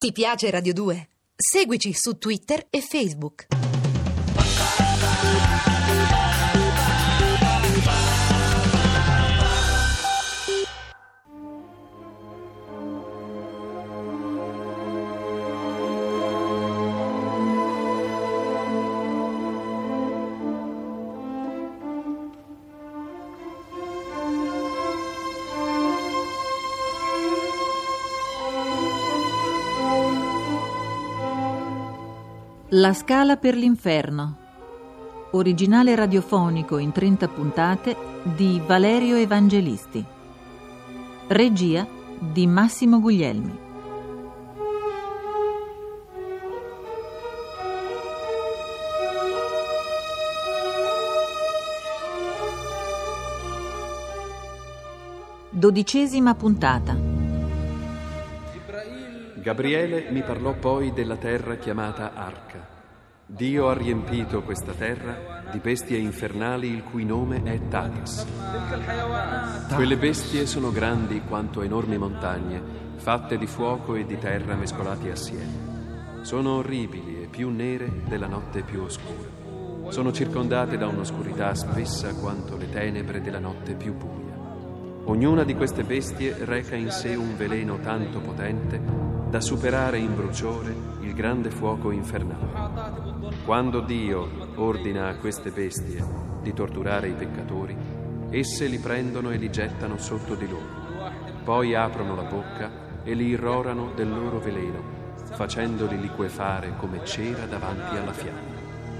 Ti piace Radio 2? Seguici su Twitter e Facebook. La scala per l'inferno. Originale radiofonico in 30 puntate di Valerio Evangelisti. Regia di Massimo Guglielmi. Dodicesima puntata. Gabriele mi parlò poi della terra chiamata Arca. Dio ha riempito questa terra di bestie infernali il cui nome è Tatas. Quelle bestie sono grandi quanto enormi montagne, fatte di fuoco e di terra mescolati assieme. Sono orribili e più nere della notte più oscura. Sono circondate da un'oscurità spessa quanto le tenebre della notte più buia. Ognuna di queste bestie reca in sé un veleno tanto potente da superare in bruciore il grande fuoco infernale. Quando Dio ordina a queste bestie di torturare i peccatori, esse li prendono e li gettano sotto di loro. Poi aprono la bocca e li irrorano del loro veleno, facendoli liquefare come cera davanti alla fiamma.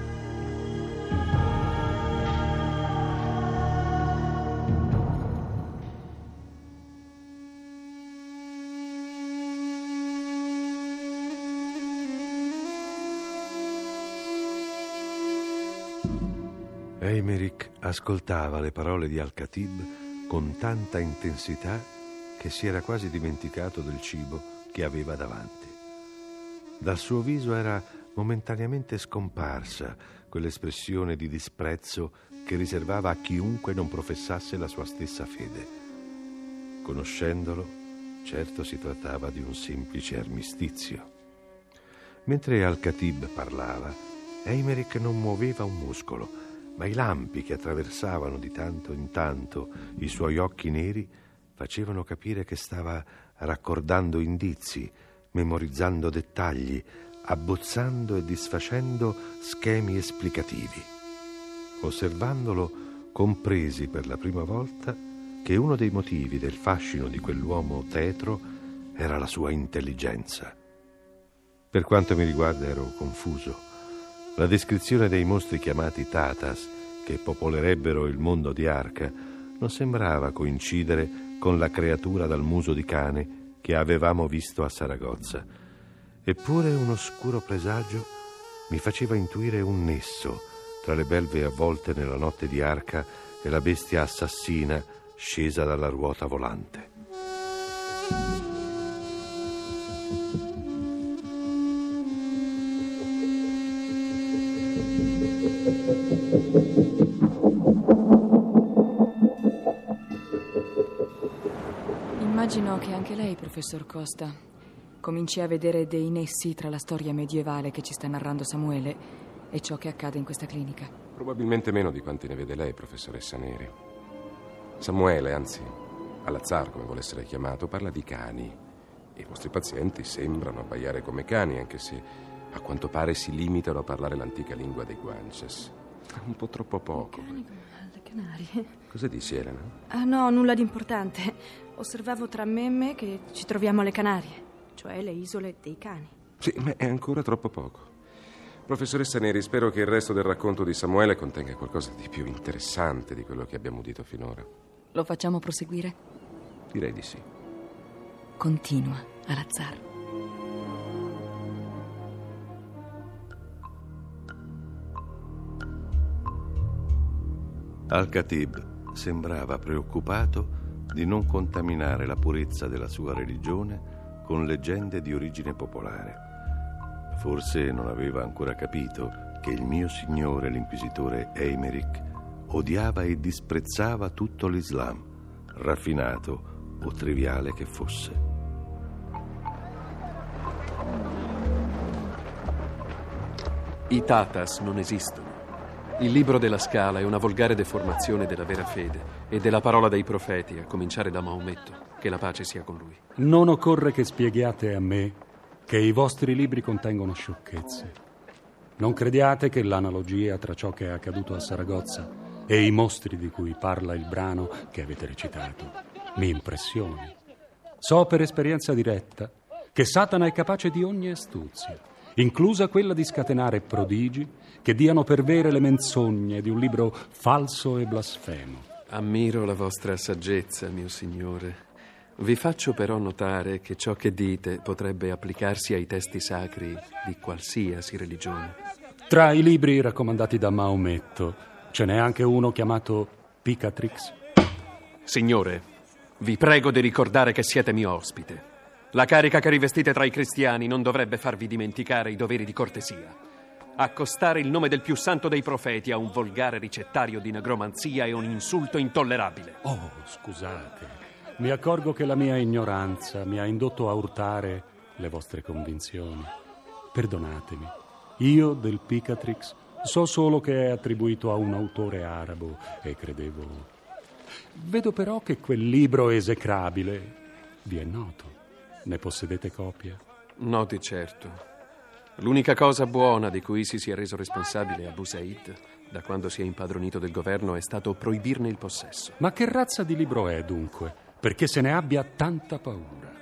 Eymerich ascoltava le parole di Al-Khatib con tanta intensità che si era quasi dimenticato del cibo che aveva davanti. Dal suo viso era momentaneamente scomparsa quell'espressione di disprezzo che riservava a chiunque non professasse la sua stessa fede. Conoscendolo, certo si trattava di un semplice armistizio. Mentre Al-Khatib parlava, Eymerich non muoveva un muscolo, ma i lampi che attraversavano di tanto in tanto i suoi occhi neri facevano capire che stava raccordando indizi, memorizzando dettagli, abbozzando e disfacendo schemi esplicativi. Osservandolo, compresi per la prima volta che uno dei motivi del fascino di quell'uomo tetro era la sua intelligenza. Per quanto mi riguarda ero confuso. La descrizione dei mostri chiamati Tatas, che popolerebbero il mondo di Arca, non sembrava coincidere con la creatura dal muso di cane che avevamo visto a Saragozza. Eppure un oscuro presagio mi faceva intuire un nesso tra le belve avvolte nella notte di Arca e la bestia assassina scesa dalla ruota volante. Immagino che anche lei, professor Costa, cominci a vedere dei nessi tra la storia medievale che ci sta narrando Samuele e ciò che accade in questa clinica. Probabilmente meno di quanti ne vede lei, professoressa Neri. Samuele, anzi, Al-Azhar, come vuole essere chiamato, parla di cani. E i vostri pazienti sembrano abbaiare come cani, anche se a quanto pare si limitano a parlare l'antica lingua dei Guanches. Un po' troppo poco. Cani come le Canarie. Cosa dici, Elena? Ah no, nulla di importante. Osservavo tra me e me che ci troviamo alle Canarie, cioè le isole dei cani. Sì, ma è ancora troppo poco. Professoressa Neri, spero che il resto del racconto di Samuele contenga qualcosa di più interessante di quello che abbiamo udito finora. Lo facciamo proseguire? Direi di sì. Continua, Al-Azhar. Al-Khatib sembrava preoccupato di non contaminare la purezza della sua religione con leggende di origine popolare. Forse non aveva ancora capito che il mio signore, l'inquisitore Eymerich, odiava e disprezzava tutto l'Islam, raffinato o triviale che fosse. I Tatas non esistono. Il libro della Scala è una volgare deformazione della vera fede e della parola dei profeti, a cominciare da Maometto. Che la pace sia con lui. Non occorre che spieghiate a me che i vostri libri contengono sciocchezze. Non crediate che l'analogia tra ciò che è accaduto a Saragozza e i mostri di cui parla il brano che avete recitato mi impressioni. So per esperienza diretta che Satana è capace di ogni astuzia, inclusa quella di scatenare prodigi che diano per vere le menzogne di un libro falso e blasfemo. Ammiro la vostra saggezza, mio signore. Vi faccio però notare che ciò che dite potrebbe applicarsi ai testi sacri di qualsiasi religione. Tra i libri raccomandati da Maometto ce n'è anche uno chiamato Picatrix. Signore, vi prego di ricordare che siete mio ospite. La carica che rivestite tra i cristiani non dovrebbe farvi dimenticare i doveri di cortesia. Accostare il nome del più santo dei profeti a un volgare ricettario di negromanzia è un insulto intollerabile. Oh, scusate. Mi accorgo che la mia ignoranza mi ha indotto a urtare le vostre convinzioni. Perdonatemi. Io del Picatrix so solo che è attribuito a un autore arabo e credevo... Vedo però che quel libro esecrabile vi è noto. Ne possedete copia? No, di certo. L'unica cosa buona di cui si sia reso responsabile Abu Said, da quando si è impadronito del governo, è stato proibirne il possesso. Ma che razza di libro è, dunque? Perché se ne abbia tanta paura.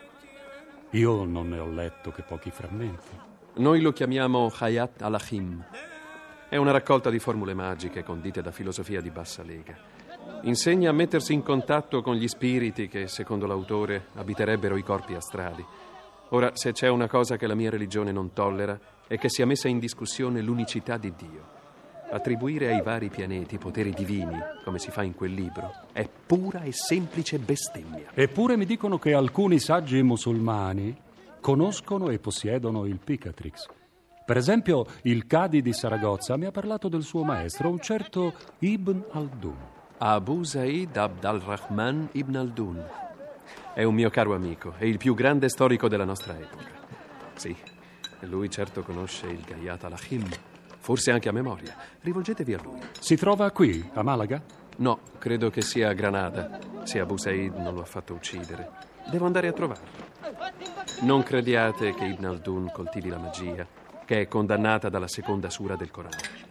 Io non ne ho letto che pochi frammenti. Noi lo chiamiamo Hayat al-Achim. È una raccolta di formule magiche condite da filosofia di bassa lega. Insegna a mettersi in contatto con gli spiriti che, secondo l'autore, abiterebbero i corpi astrali. Ora, se c'è una cosa che la mia religione non tollera, è che sia messa in discussione l'unicità di Dio. Attribuire ai vari pianeti poteri divini, come si fa in quel libro, è pura e semplice bestemmia. Eppure mi dicono che alcuni saggi musulmani conoscono e possiedono il Picatrix. Per esempio, il Cadi di Saragozza mi ha parlato del suo maestro, un certo Ibn Aldun. Abu Zaid Abd al-Rahman Ibn Aldun. È un mio caro amico, è il più grande storico della nostra epoca. Sì, lui certo conosce il Hayat al-Achim, forse anche a memoria. Rivolgetevi a lui. Si trova qui, a Malaga? No, credo che sia a Granada, se Abu Said non lo ha fatto uccidere. Devo andare a trovarlo. Non crediate che Ibn Aldun coltivi la magia, che è condannata dalla seconda sura del Corano.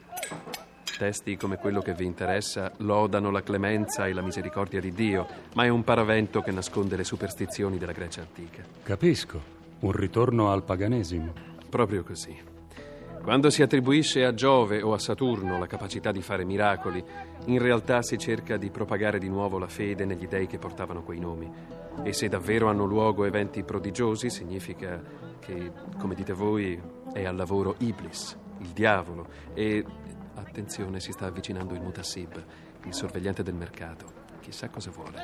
Testi come quello che vi interessa lodano la clemenza e la misericordia di Dio, ma è un paravento che nasconde le superstizioni della Grecia antica. Capisco, un ritorno al paganesimo. Proprio così. Quando si attribuisce a Giove o a Saturno la capacità di fare miracoli, in realtà si cerca di propagare di nuovo la fede negli dei che portavano quei nomi. E se davvero hanno luogo eventi prodigiosi, significa che, come dite voi, è al lavoro Iblis, il diavolo, e... attenzione, si sta avvicinando il Mutassib, il sorvegliante del mercato. Chissà cosa vuole.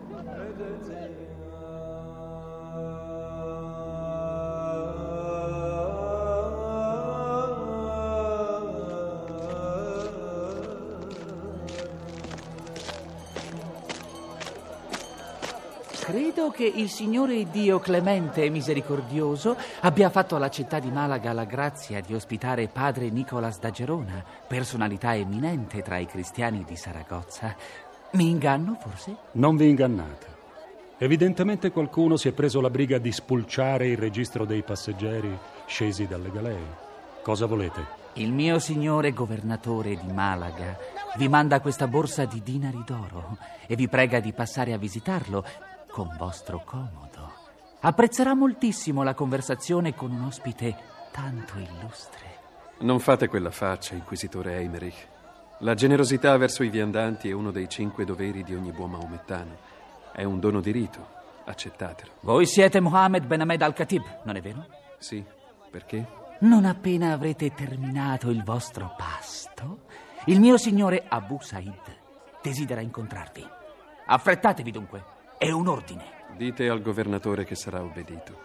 Credo che il Signore Dio clemente e misericordioso abbia fatto alla città di Malaga la grazia di ospitare padre Nicolas da Gerona, personalità eminente tra i cristiani di Saragozza. Mi inganno, forse? Non vi ingannate. Evidentemente qualcuno si è preso la briga di spulciare il registro dei passeggeri scesi dalle galee. Cosa volete? Il mio signore governatore di Malaga vi manda questa borsa di dinari d'oro e vi prega di passare a visitarlo con vostro comodo. Apprezzerà moltissimo la conversazione con un ospite tanto illustre. Non fate quella faccia, inquisitore Eymerich. La generosità verso i viandanti è uno dei 5 doveri di ogni buon maomettano. È un dono di rito. Accettatelo. Voi siete Mohammed Ben Ahmed Al-Khatib, non è vero? Sì, perché? Non appena avrete terminato il vostro pasto, il mio signore Abu Said desidera incontrarvi. Affrettatevi dunque. È un ordine. Dite al governatore che sarà obbedito.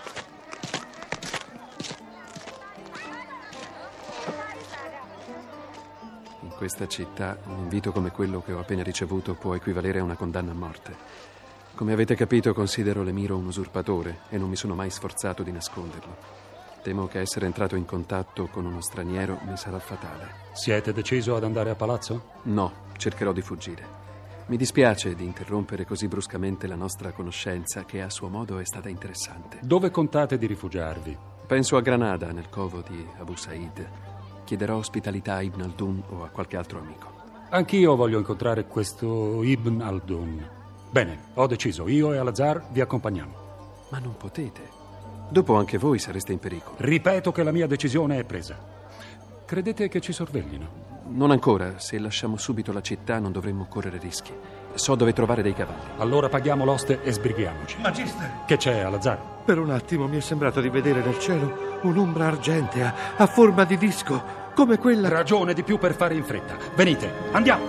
In questa città un invito come quello che ho appena ricevuto può equivalere a una condanna a morte. Come avete capito, considero l'emiro un usurpatore e non mi sono mai sforzato di nasconderlo. Temo che essere entrato in contatto con uno straniero mi sarà fatale. Siete deciso ad andare a palazzo? No, cercherò di fuggire. Mi dispiace di interrompere così bruscamente la nostra conoscenza, che a suo modo è stata interessante. Dove contate di rifugiarvi? Penso a Granada, nel covo di Abu Said. Chiederò ospitalità a Ibn Aldun o a qualche altro amico. Anch'io voglio incontrare questo Ibn Aldun. Bene, ho deciso, io e Al-Azhar vi accompagniamo. Ma non potete. Dopo anche voi sareste in pericolo. Ripeto che la mia decisione è presa. Credete che ci sorveglino? Non ancora. Se lasciamo subito la città non dovremmo correre rischi. So dove trovare dei cavalli. Allora paghiamo l'oste e sbrighiamoci. Magister! Che c'è, Al-Azhar? Per un attimo mi è sembrato di vedere nel cielo un'ombra argentea a forma di disco, come quella... Ragione di più per fare in fretta. Venite, andiamo!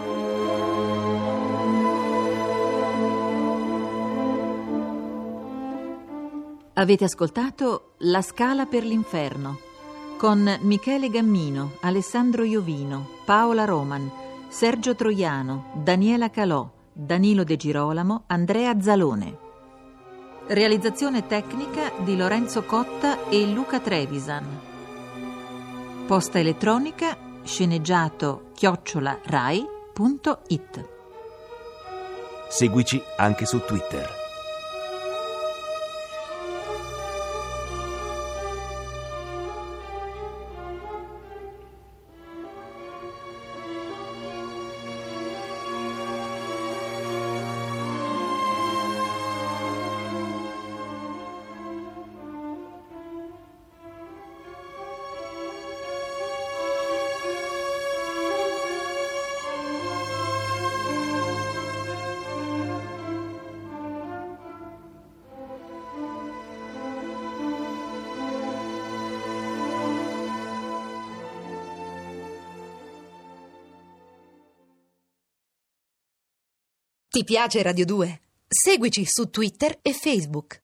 Avete ascoltato La Scala per l'Inferno con Michele Gammino, Alessandro Iovino, Paola Roman, Sergio Troiano, Daniela Calò, Danilo De Girolamo, Andrea Zalone. Realizzazione tecnica di Lorenzo Cotta e Luca Trevisan. Posta elettronica sceneggiato@rai.it. Seguici anche su Twitter. Ti piace Radio 2? Seguici su Twitter e Facebook.